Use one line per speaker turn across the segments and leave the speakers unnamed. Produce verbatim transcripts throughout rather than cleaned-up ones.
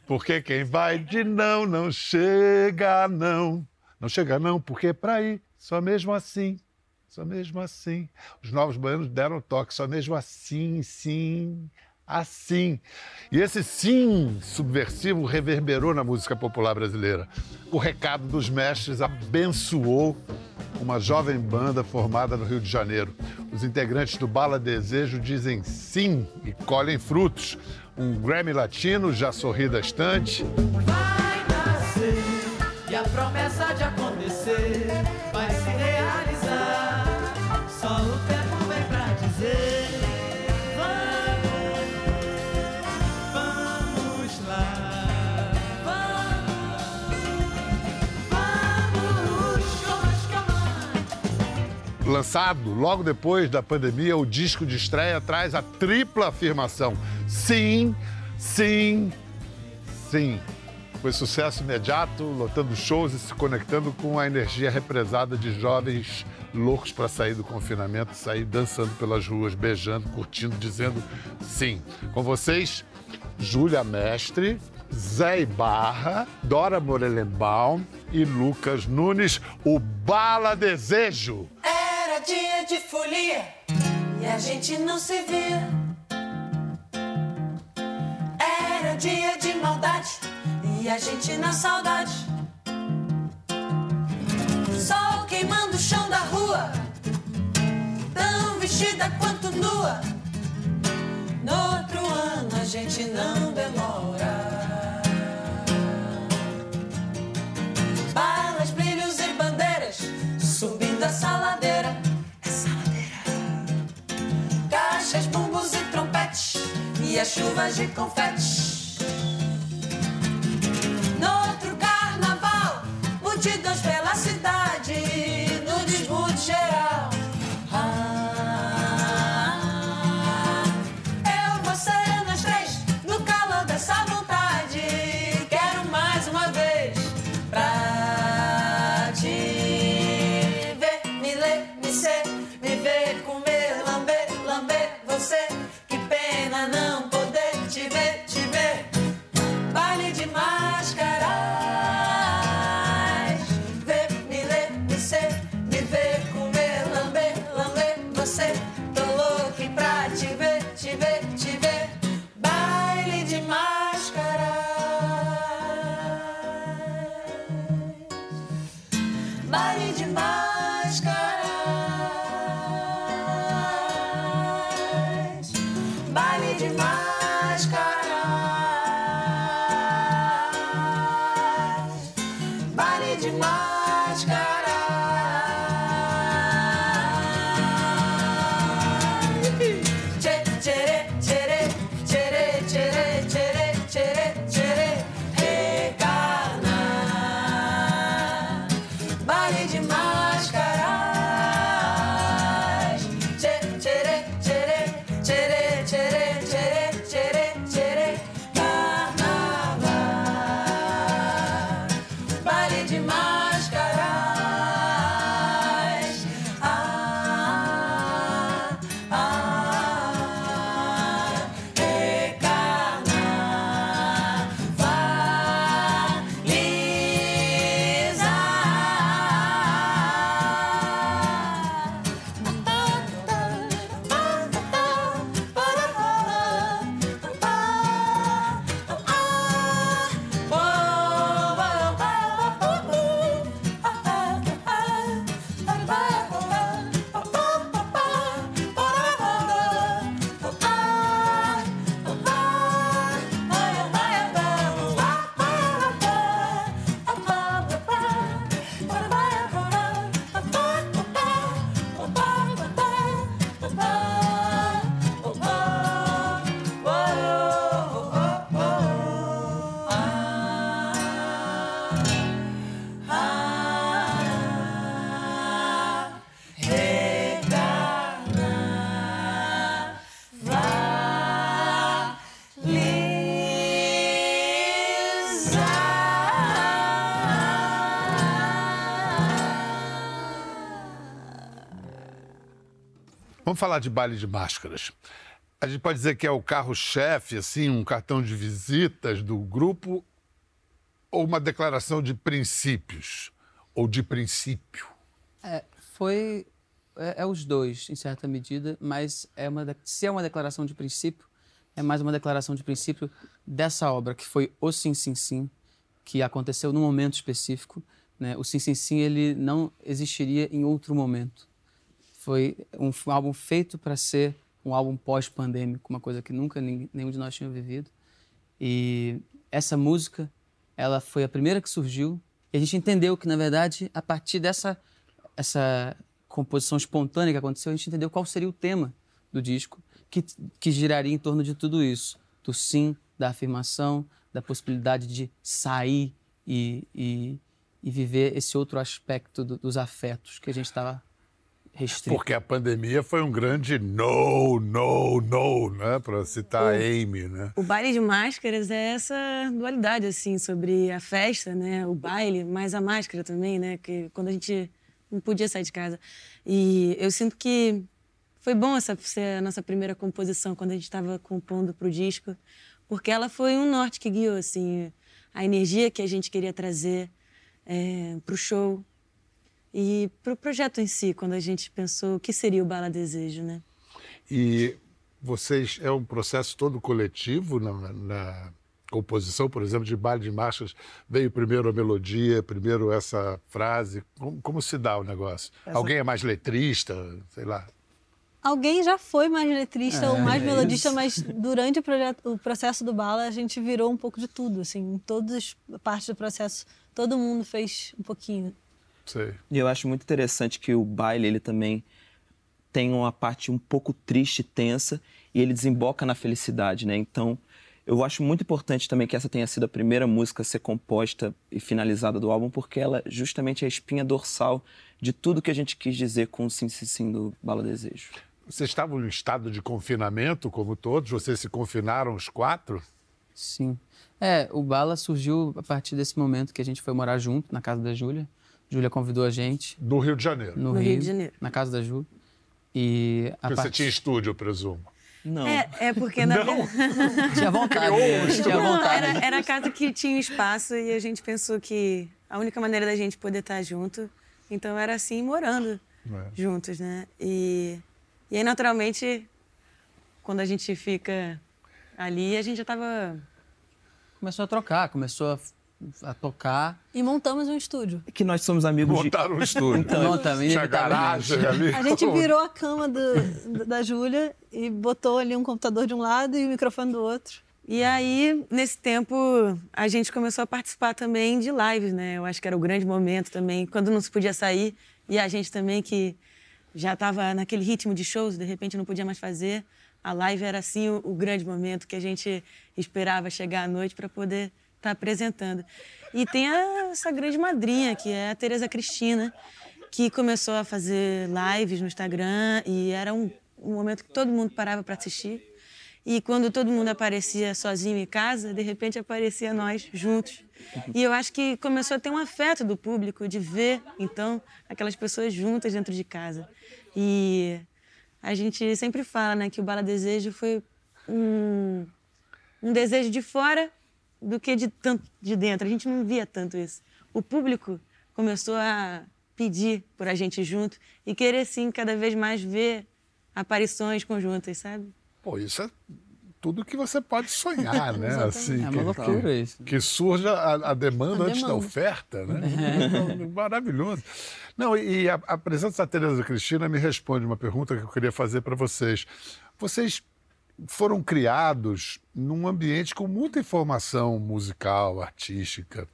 Porque quem vai de não, não chega não. Não chega não, porque pra ir, só mesmo assim, só mesmo assim. Os Novos Baianos deram toque, só mesmo assim, sim, assim. E esse sim subversivo reverberou na música popular brasileira. O recado dos mestres abençoou uma jovem banda formada no Rio de Janeiro. Os integrantes do Bala Desejo dizem sim e colhem frutos. Um Grammy Latino já sorri da estante.
Vai nascer e a promessa de acontecer vai se realizar. Só o tempo vem pra dizer. Vamos, vamos lá. Vamos, vamos,
Lançado logo depois da pandemia, o disco de estreia traz a tripla afirmação. Sim, sim, sim. Foi sucesso imediato, lotando shows e se conectando com a energia represada de jovens loucos para sair do confinamento, sair dançando pelas ruas, beijando, curtindo, dizendo sim. Com vocês, Júlia Mestre, Zé Ibarra, Dora Morelenbaum e Lucas Nunes, o Bala Desejo.
Era dia de folia e a gente não se via. Era dia de maldade e a gente na saudade. Sol queimando o chão da rua, tão vestida quanto nua. No outro ano a gente não demora. Balas, brilhos e bandeiras subindo essa ladeira, essa ladeira. Caixas, bumbos e trompetes e as chuvas de confetes. No outro carnaval, multidões pela cidade, no desmude geral. Ah, eu, você, nós três, no calor dessa vontade. Quero mais uma vez pra te ver, me ler, me ser, me ver, comer, lamber, lamber você. Que pena não poder te ver, te ver. Baile de máscaras. Ver, me ler, me ser, me ver, comer, lamber, lamber você. Tô louca pra te ver, te ver, te ver. Baile de máscaras. Baile de máscaras. Baile de máscaras. Baile de máscaras. Tchê, tcherê, tcherê, tcherê, tcherê, tcherê, tcherê, tcherê. Recarnar. Baile de máscaras. Tchê, tcherê, tcherê, tcherê, tcherê, tcherê, tcherê, tcherê. Carnaval. Baile de máscaras. Ah, ah,
Vamos falar de Baile de Máscaras. A gente pode dizer que é o carro-chefe, assim, um cartão de visitas do grupo, ou uma declaração de princípios, ou de princípio?
É, foi... É, é os dois, em certa medida, mas é uma, se é uma declaração de princípio, é mais uma declaração de princípio dessa obra, que foi o Sim, Sim, Sim, que aconteceu num momento específico, né? O Sim, Sim, Sim, ele não existiria em outro momento. Foi um álbum feito para ser um álbum pós-pandêmico, uma coisa que nunca ninguém, nenhum de nós tinha vivido. E essa música, ela foi a primeira que surgiu, e a gente entendeu que, na verdade, a partir dessa essa composição espontânea que aconteceu, a gente entendeu qual seria o tema do disco, que, que giraria em torno de tudo isso, do sim, da afirmação, da possibilidade de sair e, e, e viver esse outro aspecto do, dos afetos que a gente estava restrito.
Porque a pandemia foi um grande no, no, no, né? Para citar a Amy, né?
O baile de máscaras é essa dualidade, assim, sobre a festa, né? O baile, mas a máscara também, né? Que quando a gente não podia sair de casa. E eu sinto que foi bom essa ser a nossa primeira composição quando a gente estava compondo para o disco, porque ela foi um norte que guiou, assim, a energia que a gente queria trazer é, para o show e para o projeto em si, quando a gente pensou o que seria o Bala Desejo, né?
E vocês, é um processo todo coletivo na, na composição, por exemplo, de Baile de Máscaras? Veio primeiro a melodia, primeiro essa frase. Como, como se dá o negócio? Essa... Alguém é mais letrista, sei lá?
Alguém já foi mais letrista
é,
ou mais
é
melodista,
isso.
mas durante o, projeto, o processo do Bala a gente virou um pouco de tudo, assim, em todas as partes do processo, todo mundo fez um pouquinho.
Sei.
E eu acho muito interessante que o baile, ele também tem uma parte um pouco triste, tensa, e ele desemboca na felicidade, né? Então, eu acho muito importante também que essa tenha sido a primeira música a ser composta e finalizada do álbum, porque ela justamente é a espinha dorsal de tudo que a gente quis dizer com o Sim, Sim, Sim do Bala Desejo.
Vocês estavam em estado de confinamento, como todos? Vocês se confinaram os quatro?
Sim. É, o Bala surgiu a partir desse momento que a gente foi morar junto, na casa da Júlia. Júlia convidou a gente.
Do Rio de Janeiro?
No,
No
Rio,
Rio de Janeiro.
Na casa da Júlia. E a
Porque
part...
você tinha estúdio, eu presumo.
Não.
É, é porque na
Não.
Tinha vontade. né? Tinha
Não,
vontade.
era, era a casa que tinha espaço e a gente pensou que a única maneira da gente poder estar junto, então era assim, morando
É.
juntos, né? E, e aí, naturalmente, quando a gente fica ali, a gente já estava...
Começou a trocar, começou a, a tocar.
E montamos um estúdio.
É que nós somos amigos de...
Montaram um estúdio.
Então,
Não, também,
Tinha garagem ali.
A gente virou a cama do, da Júlia e botou ali um computador de um lado e o microfone do outro.
E aí, nesse tempo, a gente começou a participar também de lives, né? Eu acho que era o grande momento também, quando não se podia sair. E a gente também, que já estava naquele ritmo de shows, de repente não podia mais fazer. A live era, assim, o, o grande momento que a gente esperava chegar à noite para poder estar apresentando. E tem a, essa grande madrinha, que é a Tereza Cristina, que começou a fazer lives no Instagram e era um, um momento que todo mundo parava para assistir. E quando todo mundo aparecia sozinho em casa, de repente aparecia nós juntos. E eu acho que começou a ter um afeto do público de ver, então, aquelas pessoas juntas dentro de casa. E a gente sempre fala, né, que o Bala Desejo foi um, um desejo de fora do que de, tanto de dentro. A gente não via tanto isso. O público começou a pedir por a gente junto e querer, sim, cada vez mais ver aparições conjuntas, sabe?
Pô, isso é tudo que você pode sonhar, né? Assim,
É uma
que,
loucura isso.
que surja a, a demanda
A
antes da
demanda.
oferta, né? Então, maravilhoso. Não, e a, a presença da Tereza Cristina me responde uma pergunta que eu queria fazer para vocês. Vocês foram criados num ambiente com muita informação musical, artística,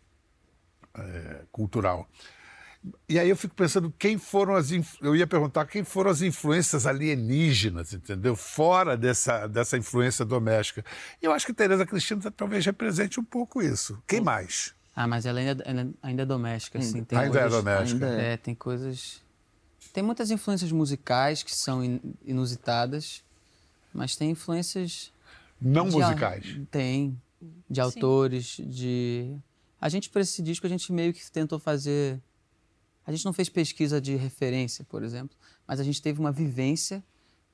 é, cultural. E aí eu fico pensando quem foram as... Inf... Eu ia perguntar quem foram as influências alienígenas, entendeu? Fora dessa, dessa influência doméstica. E eu acho que Tereza Cristina talvez represente um pouco isso. Quem mais?
Ah, mas ela ainda, ainda, ainda é doméstica, assim. Tem
Ainda é
coisas,
doméstica.
Ainda é, tem coisas... Tem muitas influências musicais que são in- inusitadas, mas tem influências...
Não
de-
musicais.
Tem. De autores, de... A gente, para esse disco, a gente meio que tentou fazer... A gente não fez pesquisa de referência, por exemplo, mas a gente teve uma vivência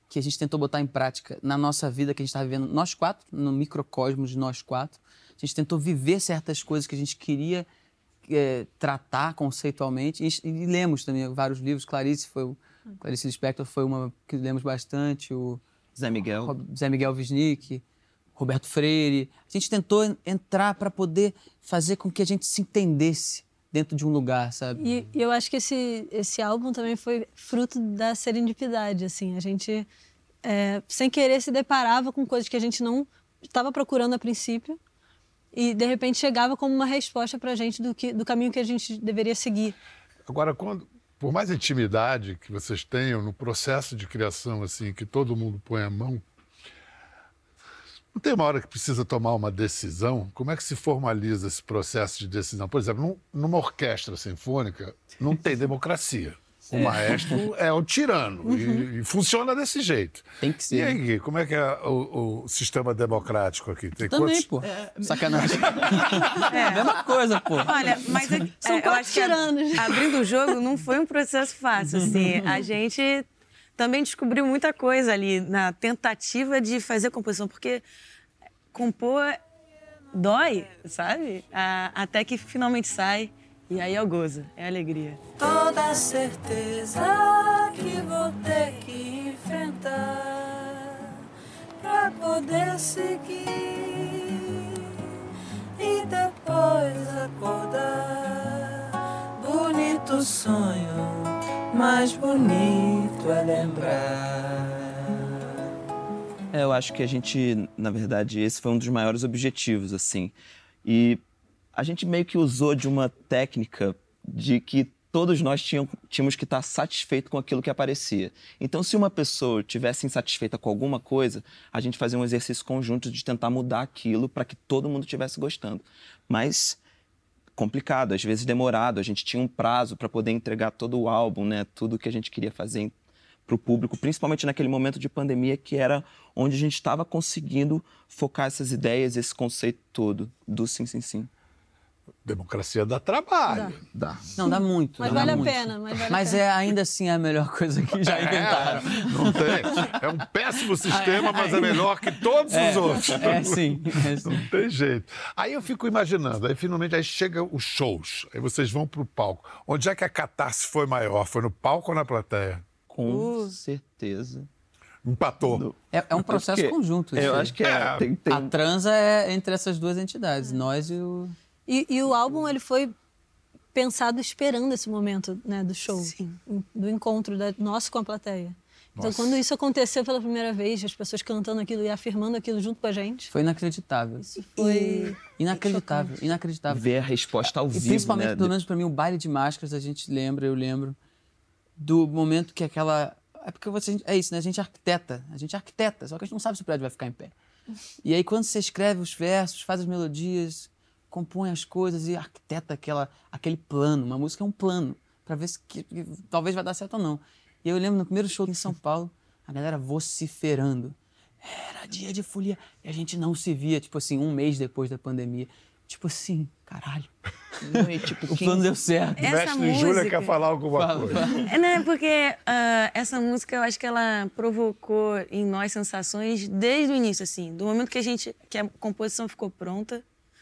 que a gente tentou botar em prática na nossa vida que a gente está vivendo, nós quatro, no microcosmos de nós quatro. A gente tentou viver certas coisas que a gente queria é, tratar conceitualmente. E, e lemos também vários livros. Clarice, foi o, Clarice Lispector foi uma que lemos bastante. O
Zé Miguel.
Zé Miguel Wisnik, Roberto Freire. A gente tentou entrar para poder fazer com que a gente se entendesse dentro de um lugar, sabe?
E, e eu acho que esse, esse álbum também foi fruto da serendipidade, assim. A gente, é, sem querer, se deparava com coisas que a gente não estava procurando a princípio e, de repente, chegava como uma resposta para a gente do, que, do caminho que a gente deveria seguir.
Agora, quando, por mais intimidade que vocês tenham no processo de criação, assim, que todo mundo põe a mão, não tem uma hora que precisa tomar uma decisão? Como é que se formaliza esse processo de decisão? Por exemplo, num, numa orquestra sinfônica, não tem democracia. O maestro é o tirano uhum. e, e funciona desse jeito.
Tem que ser.
E aí, Gui, como é que é o, o sistema democrático aqui? Tem
Também,
quantos...
pô. É... Sacanagem. É. Mesma coisa, pô.
Olha, mas é,
são
é,
quatro
eu acho
tiranos.
Que a, abrindo o jogo não foi um processo fácil, assim. A gente também descobriu muita coisa ali na tentativa de fazer composição, porque compor dói, sabe? A, até que finalmente sai. E aí é o gozo, é a alegria.
Toda certeza que vou ter que enfrentar pra poder seguir e depois acordar. Bonito sonho, mais bonito é lembrar.
É, eu acho que a gente, na verdade, esse foi um dos maiores objetivos, assim. E a gente meio que usou de uma técnica de que todos nós tínhamos, tínhamos que estar satisfeitos com aquilo que aparecia. Então, se uma pessoa estivesse insatisfeita com alguma coisa, a gente fazia um exercício conjunto de tentar mudar aquilo para que todo mundo estivesse gostando. Mas complicado, às vezes demorado. A gente tinha um prazo para poder entregar todo o álbum, né? Tudo que a gente queria fazer para o público, principalmente naquele momento de pandemia, que era onde a gente estava conseguindo focar essas ideias, esse conceito todo do Sim, Sim, Sim.
Democracia dá trabalho.
Dá. Dá.
Não, dá muito.
Mas
dá
vale
muito.
a pena. Mas, vale
mas
a pena.
é ainda assim a melhor coisa que já inventaram.
É, não tem. É um péssimo sistema, mas é melhor que todos
é,
os outros.
É sim, é sim.
Não tem jeito. Aí eu fico imaginando, aí finalmente aí chega os shows, aí vocês vão pro palco. Onde é que a catarse foi maior? Foi no palco ou na plateia?
Com uh. certeza.
Empatou.
É, é um processo
Porque,
conjunto.
Eu
aí.
acho que é.
É.
Tem, tem...
A transa é entre essas duas entidades, nós e o...
E, e o álbum, ele foi pensado esperando esse momento, né, do show,
Sim.
do encontro da, nosso com a plateia. Então,
Nossa.
quando isso aconteceu pela primeira vez, as pessoas cantando aquilo e afirmando aquilo junto com a gente,
Foi inacreditável.
isso foi...
Inacreditável, inacreditável.
Ver a resposta ao
E
vivo,
principalmente,
né?
pelo menos pra mim, o baile de máscaras, a gente lembra, eu lembro, do momento que aquela... É porque você, é isso, né? A gente arquiteta, a gente arquiteta, só que a gente não sabe se o prédio vai ficar em pé. E aí, quando você escreve os versos, faz as melodias, compõe as coisas e arquiteta aquela, aquele plano. Uma música é um plano, para ver se que, que, talvez vai dar certo ou não. E eu lembro no primeiro show em São Paulo, a galera vociferando. Era dia de folia. E a gente não se via, tipo assim, um mês depois da pandemia. Tipo assim, caralho.
Não, e, tipo,
O
quem-
plano deu certo.
Essa
Mestre Júlia
música-
quer falar alguma
Fala,
coisa.
fala.
É, né? Porque ah, essa música, eu acho que ela provocou em nós sensações desde o início, assim. Do momento que a gente, que a composição ficou pronta,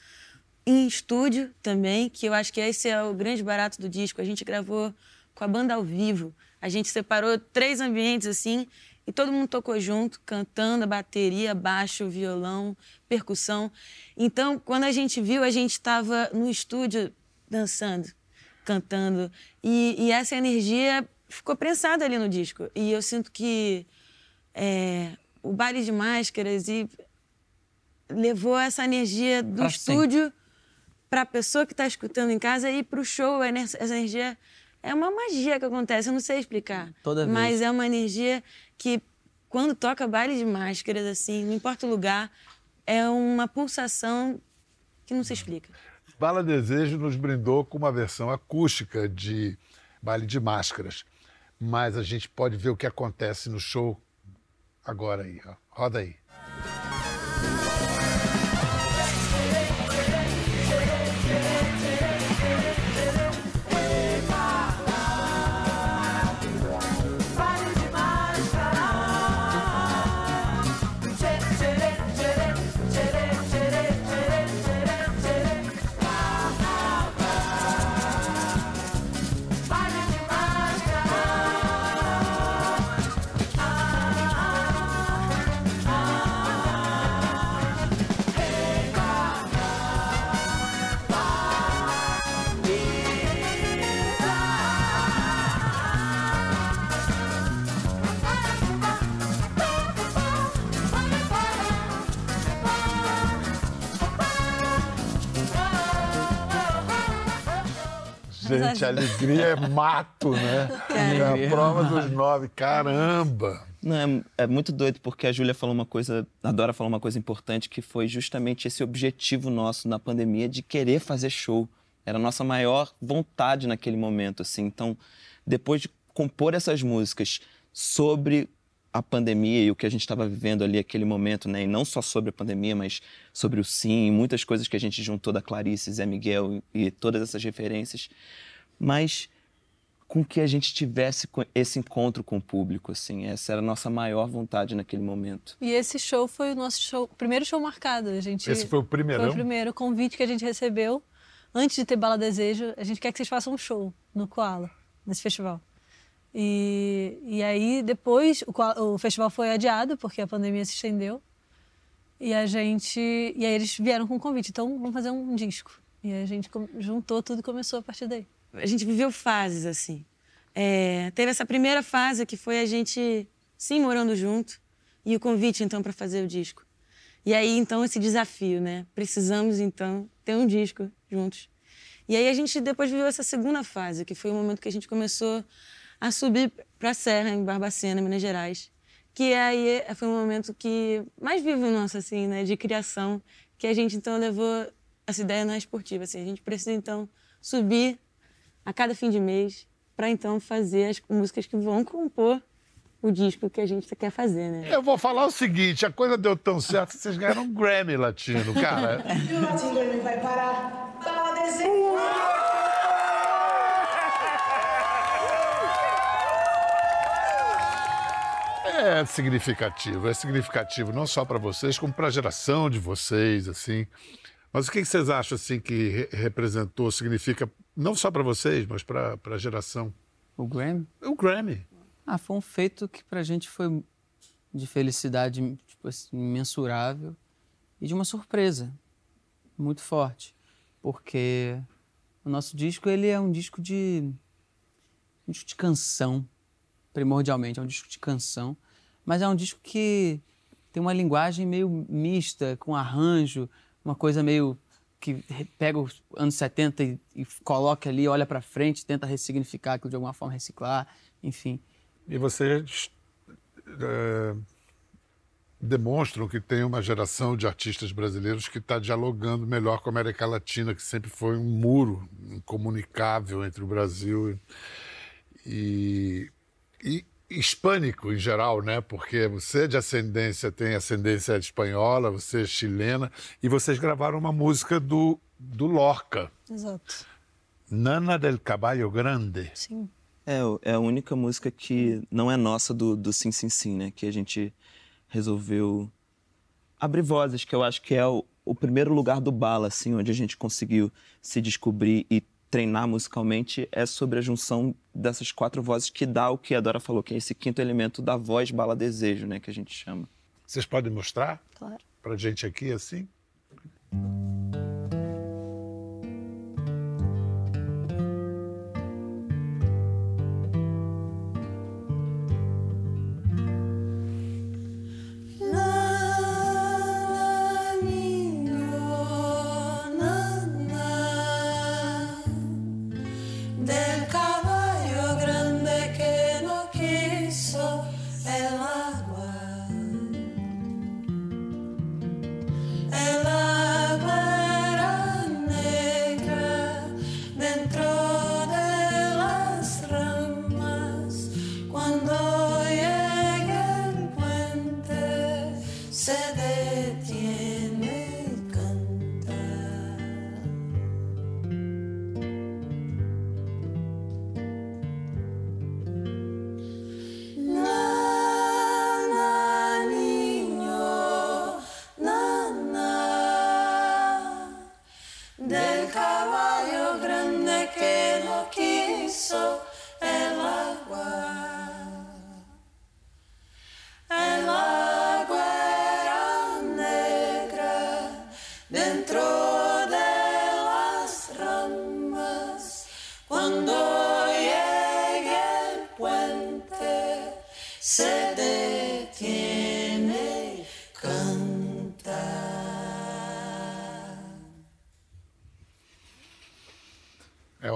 em estúdio também, que eu acho que esse é o grande barato do disco. A gente gravou com a banda ao vivo. A gente separou três ambientes, assim, e todo mundo tocou junto, cantando, a bateria, baixo, violão, percussão. Então, quando a gente viu, a gente estava no estúdio dançando, cantando. E, e essa energia ficou prensada ali no disco. E eu sinto que é, o baile de máscaras e levou essa energia do
Pra
estúdio para a pessoa que está escutando em casa e para o show. Essa energia é uma magia que acontece, eu não sei explicar.
Toda vez.
Mas é uma energia que, quando toca baile de máscaras, assim, não importa o lugar, é uma pulsação que não se explica.
Bala Desejo nos brindou com uma versão acústica de Baile de Máscaras. Mas a gente pode ver o que acontece no show agora aí. Ó. Roda aí. Gente, a alegria é mato, né? É a prova dos nove. Caramba!
Não, é, é muito doido, porque a Júlia falou uma coisa, a Dora falou uma coisa importante, que foi justamente esse objetivo nosso na pandemia de querer fazer show. Era a nossa maior vontade naquele momento, assim. Então, depois de compor essas músicas sobre a pandemia e o que a gente estava vivendo ali naquele momento, né? E não só sobre a pandemia, mas sobre o Sim, muitas coisas que a gente juntou da Clarice, Zé Miguel e, e todas essas referências, mas com que a gente tivesse esse encontro com o público, assim. Essa era a nossa maior vontade naquele momento.
E esse show foi o nosso show, primeiro show marcado. A gente,
Esse foi o primeirão?
Foi o primeiro convite que a gente recebeu. Antes de ter Bala Desejo, a gente quer que vocês façam um show no Koala, nesse festival. E, e aí, depois, o, o festival foi adiado, porque a pandemia se estendeu. E a gente... E aí eles vieram com um convite. Então, vamos fazer um disco. E a gente juntou tudo e começou a partir daí.
A gente viveu fases, assim. É, teve essa primeira fase, que foi a gente, sim, morando junto. E o convite, então, para fazer o disco. E aí, então, esse desafio, né? Precisamos, então, ter um disco juntos. E aí a gente depois viveu essa segunda fase, que foi o momento que a gente começou a subir para a Serra, em Barbacena, Minas Gerais. Que aí foi um momento que mais vivo nosso, assim, né? De criação, que a gente, então, levou essa ideia na esportiva, assim. A gente precisa, então, subir a cada fim de mês para, então, fazer as músicas que vão compor o disco que a gente quer fazer, né?
Eu vou falar o seguinte, a coisa deu tão certo que vocês ganharam um Grammy latino, cara.
E o Latin Grammy vai parar? Bala Desejo!
É significativo, é significativo não só para vocês, como para a geração de vocês, assim. Mas o que vocês acham, assim, que re representou, significa, não só para vocês, mas para a geração?
O Grammy?
O Grammy.
Ah, foi um feito que pra gente foi de felicidade, tipo assim, imensurável e de uma surpresa muito forte, porque o nosso disco, ele é um disco de um disco de canção, primordialmente, é um disco de canção, mas é um disco que tem uma linguagem meio mista, com arranjo, uma coisa meio que pega os anos setenta e, e coloca ali, olha pra frente, tenta ressignificar aquilo de alguma forma, reciclar, enfim.
E vocês é, demonstram que tem uma geração de artistas brasileiros que está dialogando melhor com a América Latina, que sempre foi um muro incomunicável entre o Brasil e, e, e hispânico em geral, né? Porque você de ascendência tem ascendência espanhola, você é chilena, e vocês gravaram uma música do, do Lorca.
Exato.
Nana del Caballo Grande.
Sim.
É, é a única música que não é nossa do, do Sim Sim Sim, né? Que a gente resolveu abrir vozes, que eu acho que é o, o primeiro lugar do Bala, assim, onde a gente conseguiu se descobrir e treinar musicalmente, é sobre a junção dessas quatro vozes que dá o que a Dora falou, que é esse quinto elemento da voz Bala Desejo, né? Que a gente chama.
Vocês podem mostrar?
Claro.
Pra gente aqui, assim?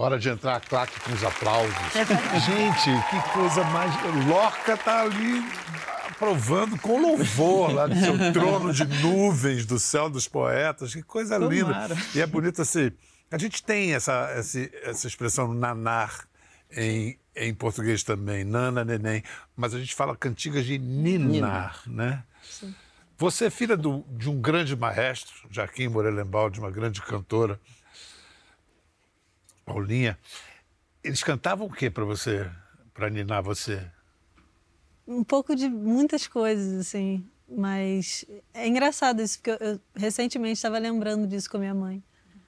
Hora de entrar a claque com os aplausos. Gente, que coisa mais... Lorca tá ali aprovando com louvor lá do seu trono de nuvens do céu dos poetas. Que coisa
Tomara.
linda. E é bonito assim... A gente tem essa, essa, essa expressão nanar em, em português também, nana, neném, mas a gente fala cantigas de ninar, né?
Sim.
Você é filha do, de um grande maestro, Joaquim Morelenbaum, de uma grande cantora, Paulinha. Eles cantavam o que para você, para ninar você?
Um pouco de muitas coisas, assim, mas é engraçado isso, porque eu, eu recentemente estava lembrando disso com a minha mãe.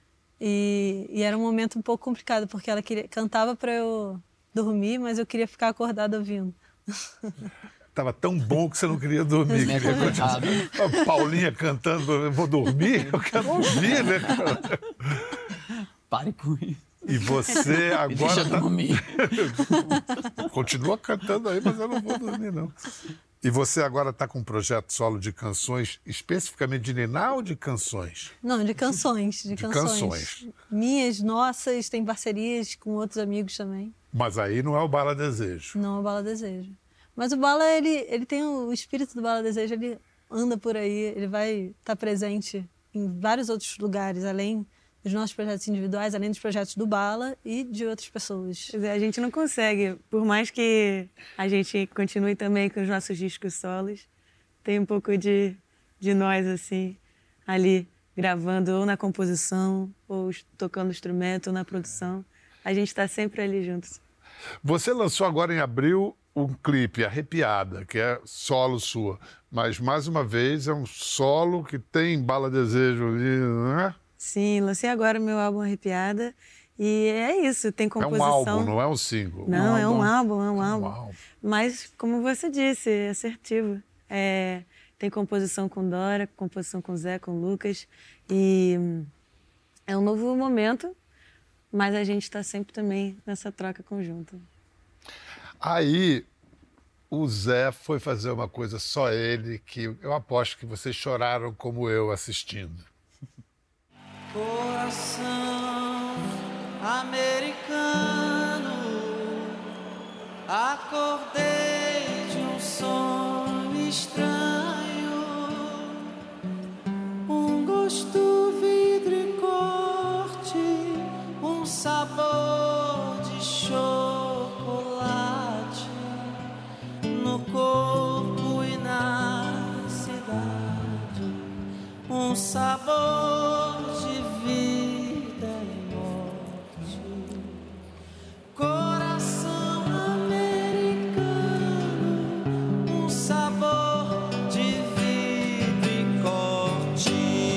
E, e era um momento um pouco complicado, porque ela queria, cantava para eu dormir, mas eu queria ficar acordada ouvindo.
Tava tão bom que você não queria dormir. Queria continuar. A Paulinha cantando, eu vou dormir, eu quero ouvir, né, cara?
Pare com isso.
E você agora...
Deixa eu
tá...
dormir.
Continua cantando aí, mas eu não vou dormir, não. E você agora está com um projeto solo de canções, especificamente de ninar ou de canções?
Não, de canções. De,
De
canções.
canções.
Minhas, nossas, tem parcerias com outros amigos também.
Mas aí não é o Bala Desejo.
Não o Bala Desejo. Mas o Bala, ele, ele tem o espírito do Bala Desejo, ele anda por aí, ele vai estar presente em vários outros lugares, além dos nossos projetos individuais, além dos projetos do Bala e de outras pessoas.
Quer dizer, a gente não consegue, por mais que a gente continue também com os nossos discos solos, tem um pouco de, de nós, assim, ali, gravando ou na composição, ou tocando instrumento, ou na produção. A gente está sempre ali juntos.
Você lançou agora em abril um clipe, Arrepiada, que é solo sua. Mas, mais uma vez, é um solo que tem Bala Desejo ali, não é?
Sim, lancei agora o meu álbum Arrepiada. E é isso, tem
É
composição.
um álbum, não é um single.
Não, é um álbum, é um
É um
álbum.
álbum.
Mas, como você disse, é assertivo. É, tem composição com Dora, composição com Zé, com Lucas. E hum, é um novo momento, mas a gente está sempre também nessa troca conjunta.
Aí, o Zé foi fazer uma coisa só ele, que eu aposto que vocês choraram como eu assistindo.
Coração americano, acordei de um sonho estranho, um gosto vidro e corte, um sabor de chocolate no corpo e na cidade, um sabor de vida e morte. Coração americano, um sabor de vida e corte.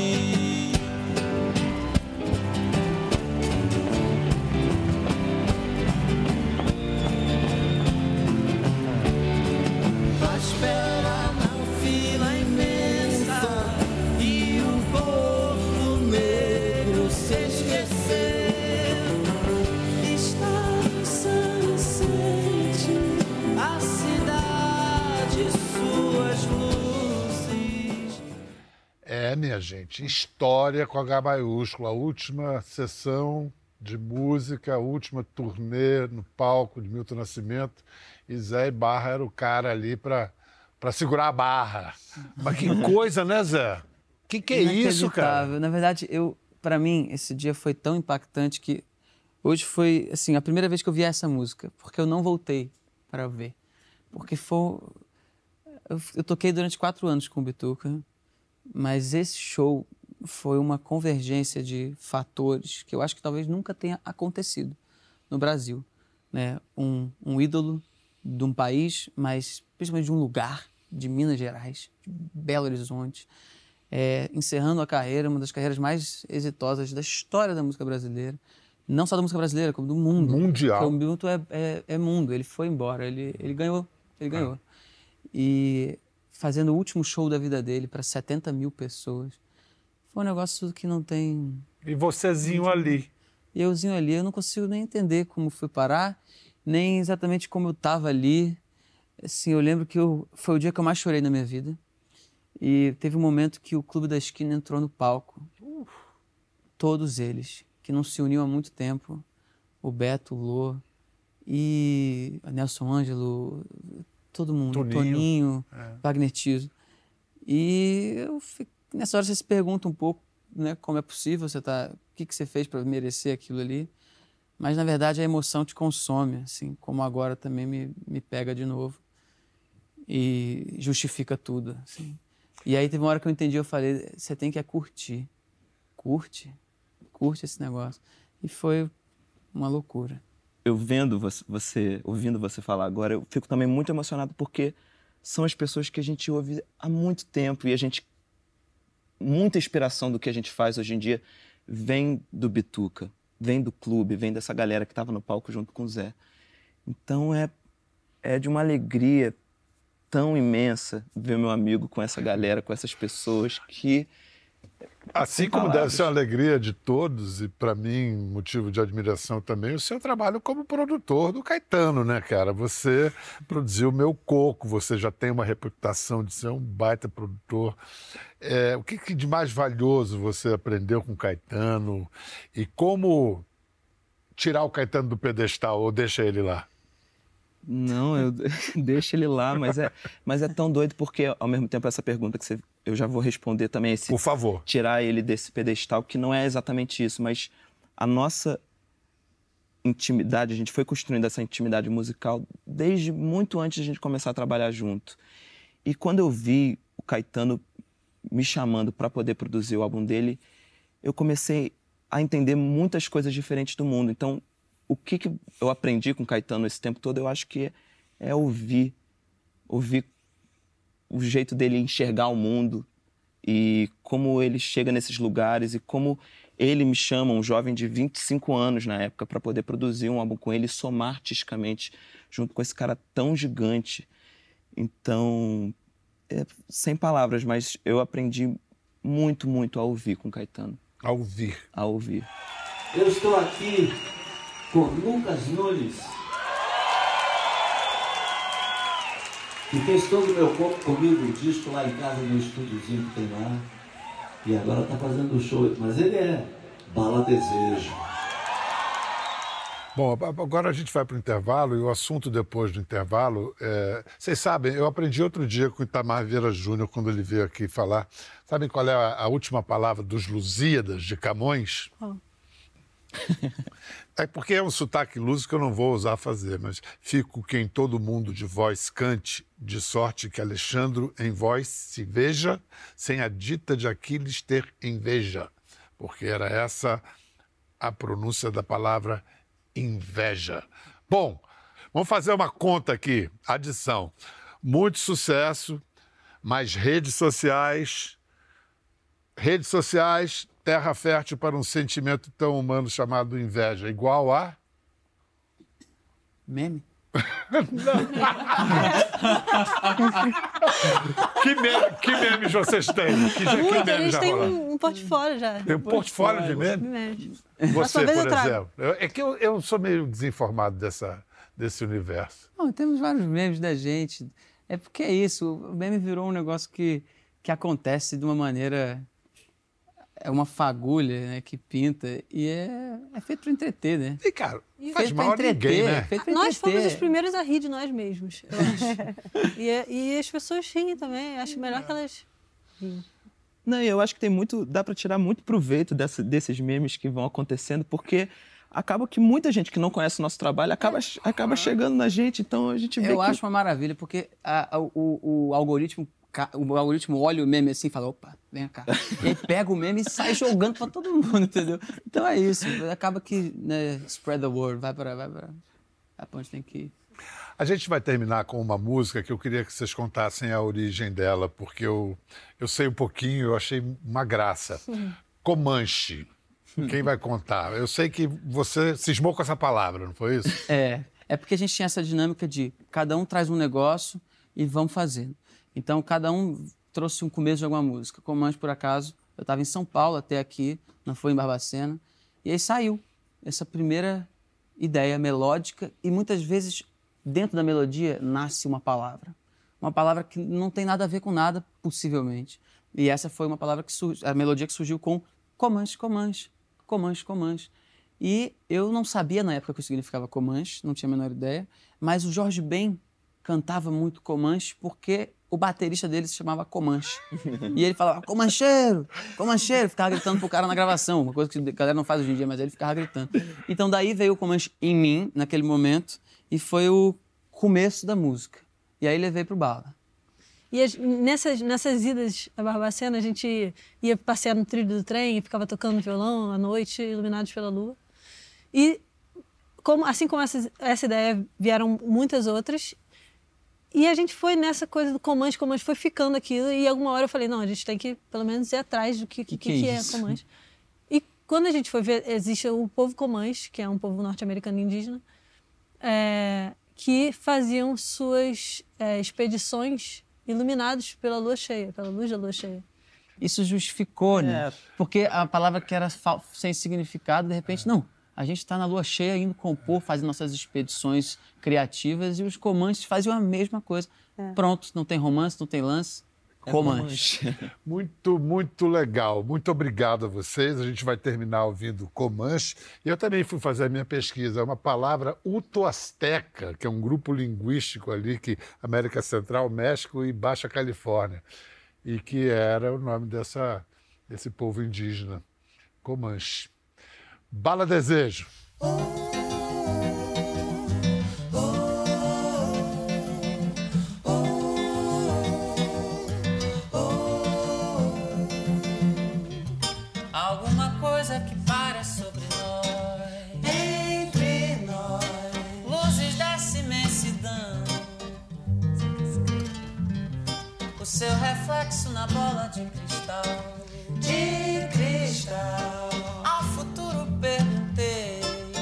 A espera na fila imensa e o corpo negro se esqueceu. Está no sunset, a cidade, suas luzes.
É, minha gente, história com H maiúsculo, a última sessão de música, a última turnê no palco de Milton Nascimento, e Zé Barra era o cara ali para para segurar a barra. Mas que coisa, né, Zé? Que que é isso, cara?
Inacreditável. Na verdade, eu, para mim, esse dia foi tão impactante que hoje foi, assim, a primeira vez que eu vi essa música, porque eu não voltei para ver. Porque foi... Eu, eu toquei durante quatro anos com o Bituca, mas esse show foi uma convergência de fatores que eu acho que talvez nunca tenha acontecido no Brasil, né? Um, um ídolo de um país, mas principalmente de um lugar, de Minas Gerais, de Belo Horizonte, é, encerrando a carreira, uma das carreiras mais exitosas da história da música brasileira, não só da música brasileira, como do mundo.
Mundial.
Porque o Milton é, é, é mundo, ele foi embora, ele, ele ganhou, ele ganhou. E fazendo o último show da vida dele para setenta mil pessoas, foi um negócio que não tem...
E vocêzinho ali.
E euzinho ali, eu não consigo nem entender como fui parar, nem exatamente como eu estava ali. Assim, eu lembro que eu, foi o dia que eu mais chorei na minha vida. E teve um momento que o Clube da Esquina entrou no palco. Todos eles, que não se uniam há muito tempo, o Beto, o Lô, e o Nelson Ângelo, todo mundo,
Toninho.
Toninho,
É.
Wagner Tiso. E eu fico, nessa hora você se pergunta um pouco, né, como é possível, você tá, o que, que você fez para merecer aquilo ali, mas na verdade a emoção te consome, assim, como agora também me, me pega de novo e justifica tudo, assim. E aí teve uma hora que eu entendi, eu falei, você tem que é curtir, curte, curte esse negócio. E foi uma loucura.
Eu vendo você, você, ouvindo você falar agora, eu fico também muito emocionado porque são as pessoas que a gente ouve há muito tempo e a gente, muita inspiração do que a gente faz hoje em dia vem do Bituca, vem do clube, vem dessa galera que estava no palco junto com o Zé. Então é, é de uma alegria tão imensa ver meu amigo com essa galera, com essas pessoas que...
Assim
Sem
como
palavras.
deve ser uma alegria de todos, e para mim, motivo de admiração também, o seu trabalho como produtor do Caetano, né, cara? Você produziu Meu Coco, você já tem uma reputação de ser um baita produtor. É, o que, que de mais valioso você aprendeu com o Caetano? E como tirar o Caetano do pedestal ou deixa ele lá?
Não, eu deixo ele lá, mas é, mas é tão doido porque, ao mesmo tempo, essa pergunta que você, eu já vou responder também, esse
Por favor.
tirar ele desse pedestal, que não é exatamente isso, mas a nossa intimidade, a gente foi construindo essa intimidade musical desde muito antes de a gente começar a trabalhar junto. E quando eu vi o Caetano me chamando para poder produzir o álbum dele, eu comecei a entender muitas coisas diferentes do mundo. Então, o que, que eu aprendi com o Caetano esse tempo todo, eu acho que é, é ouvir, ouvir o jeito dele enxergar o mundo e como ele chega nesses lugares e como ele me chama, um jovem de vinte e cinco anos na época, para poder produzir um álbum com ele e somar artisticamente junto com esse cara tão gigante. Então, é, sem palavras, mas eu aprendi muito, muito a ouvir com o Caetano.
A ouvir.
A ouvir.
Eu estou aqui com Lucas Nunes, que fez todo o meu corpo comigo, o disco lá em casa, no estúdiozinho que tem lá, e agora está fazendo o show, mas ele é Bala Desejo.
Bom, agora a gente vai para o intervalo e o assunto depois do intervalo, é... vocês sabem, eu aprendi outro dia com o Itamar Vieira Júnior, quando ele veio aqui falar, sabem qual é a, a última palavra dos Lusíadas de Camões?
Oh.
É porque é um sotaque luso que eu não vou usar fazer, mas fico quem todo mundo de voz cante, de sorte que Alexandro em voz se veja, sem a dita de Aquiles ter inveja, porque era essa a pronúncia da palavra inveja. Bom, vamos fazer uma conta aqui, adição. Muito sucesso, mais redes sociais, redes sociais... terra fértil para um sentimento tão humano chamado inveja, igual a...
Meme?
que, meme, que memes vocês têm? Que, que
Muito, a
memes
gente
já
tem
rolaram?
um, um portfólio já.
Tem um portfólio de memes?
Memes.
Você,
Próxima vez
por
eu trago.
exemplo. Eu- É que eu, eu sou meio desinformado dessa, desse universo.
Não, temos vários memes da gente. É porque é isso, o meme virou um negócio que, que acontece de uma maneira... É uma fagulha, né, que pinta e é, é feito para entreter, né?
E, cara, faz
Feito
mal a
pra
ninguém,
entreter,
né?
feito pra
Nós fomos
entreter.
os primeiros a rir de nós mesmos, eu acho. e, é- e as pessoas riem também. Acho melhor que elas...
Não, e eu acho que tem muito, dá para tirar muito proveito dessa, desses memes que vão acontecando, porque acaba que muita gente que não conhece o nosso trabalho acaba, acaba chegando na gente, então a gente vê
Eu
que...
acho uma maravilha, porque a- a- o, o algoritmo, ca- o algoritmo olha o meme assim e fala, opa, vem cá. E aí pega o meme e sai jogando pra todo mundo, entendeu? Então é isso, acaba que, né, spread the word, vai pra, vai pra, vai pra onde tem que ir.
A gente vai terminar com uma música que eu queria que vocês contassem a origem dela, porque eu, eu sei um pouquinho, eu achei uma graça. Comanche. Quem vai contar? Eu sei que você cismou com essa palavra, não foi isso?
É, é porque a gente tinha essa dinâmica de cada um traz um negócio e vamos fazendo. Então, cada um trouxe um começo de alguma música. Comanche, por acaso, eu estava em São Paulo até aqui, não foi em Barbacena, e aí saiu essa primeira ideia melódica e muitas vezes dentro da melodia nasce uma palavra. Uma palavra que não tem nada a ver com nada, possivelmente. E essa foi uma palavra que surgiu, a melodia que surgiu com Comanche, Comanche, Comanche, Comanche. E eu não sabia na época o que significava Comanche, não tinha a menor ideia, mas o Jorge Ben cantava muito Comanche porque o baterista dele se chamava Comanche. E ele falava, Comancheiro, Comancheiro, ficava gritando pro cara na gravação, uma coisa que a galera não faz hoje em dia, mas ele ficava gritando. Então daí veio o Comanche em mim, naquele momento, e foi o começo da música. E aí levei pro Bala.
E as, nessas, nessas idas a Barbacena, a gente ia passear no trilho do trem e ficava tocando violão à noite, iluminados pela lua. E como, assim como essa, essa ideia, vieram muitas outras. E a gente foi nessa coisa do Comanche, Comanche foi ficando aquilo. E alguma hora eu falei, não, a gente tem que pelo menos ir atrás do que, que, que, que é, é Comanche. E quando a gente foi ver, existe o povo Comanche, que é um povo norte-americano indígena, é, que faziam suas é, expedições iluminados pela lua cheia, pela luz da lua cheia.
Isso justificou, né? É. Porque a palavra que era sem significado, de repente, não. A gente está na lua cheia indo compor, fazendo nossas expedições criativas e os Comanches faziam a mesma coisa. É. Pronto, não tem romance, não tem lance. É Comanche.
Muito, muito legal. Muito obrigado a vocês. A gente vai terminar ouvindo Comanche. E eu também fui fazer a minha pesquisa. É uma palavra uto-azteca, que é um grupo linguístico ali que América Central, México e Baixa Califórnia. E que era o nome dessa, desse povo indígena, Comanche. Bala Desejo.
Alguma coisa que para sobre nós, entre nós, luzes dessa imensidão, o seu reflexo na bola de cristal, de cristal. Ao futuro perguntei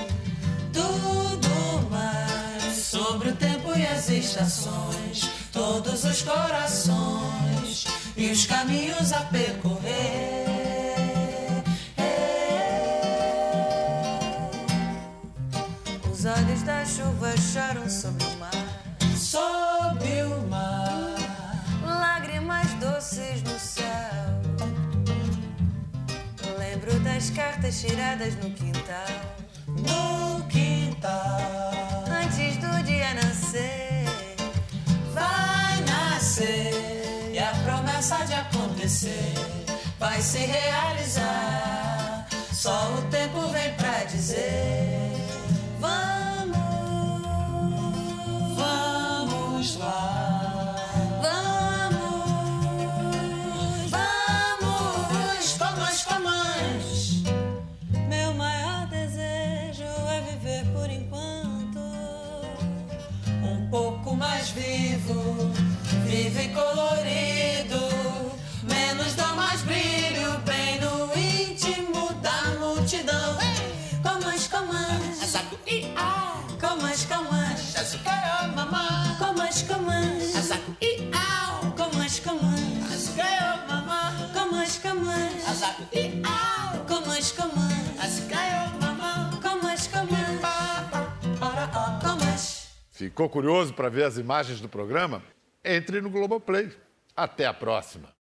tudo mais sobre o tempo e as estações, todos os corações e os caminhos a percorrer. Os olhos da chuva choram sobre o mar, sob o mar, lágrimas doces no céu. Lembro das cartas tiradas no quintal, no quintal, antes do dia nascer. Vai nascer e a promessa de acontecer vai se realizar. Só o tempo vem pra dizer. Vamos, vamos lá, vamos, vamos, Comanche, Comanche. Meu maior desejo é viver por enquanto um pouco mais vivo, vivo e colorido, menos dor, mais brilho, bem no íntimo da multidão. Comanche, Comanche, Asaku-i-au. Comanche, Comanche, Asaku-i-au, mamá. Comanche, Comanche, Asaku-i-au. Comanche, Comanche, Asaku-i-au, mamá. Comanche, Comanche, Asaku-i-au. Comanche, Comanche, Asaku-i-au, mamá. Comanche, Comanche, Comanche.
Ficou curioso para ver as imagens do programa? Entre no Globoplay. Até a próxima.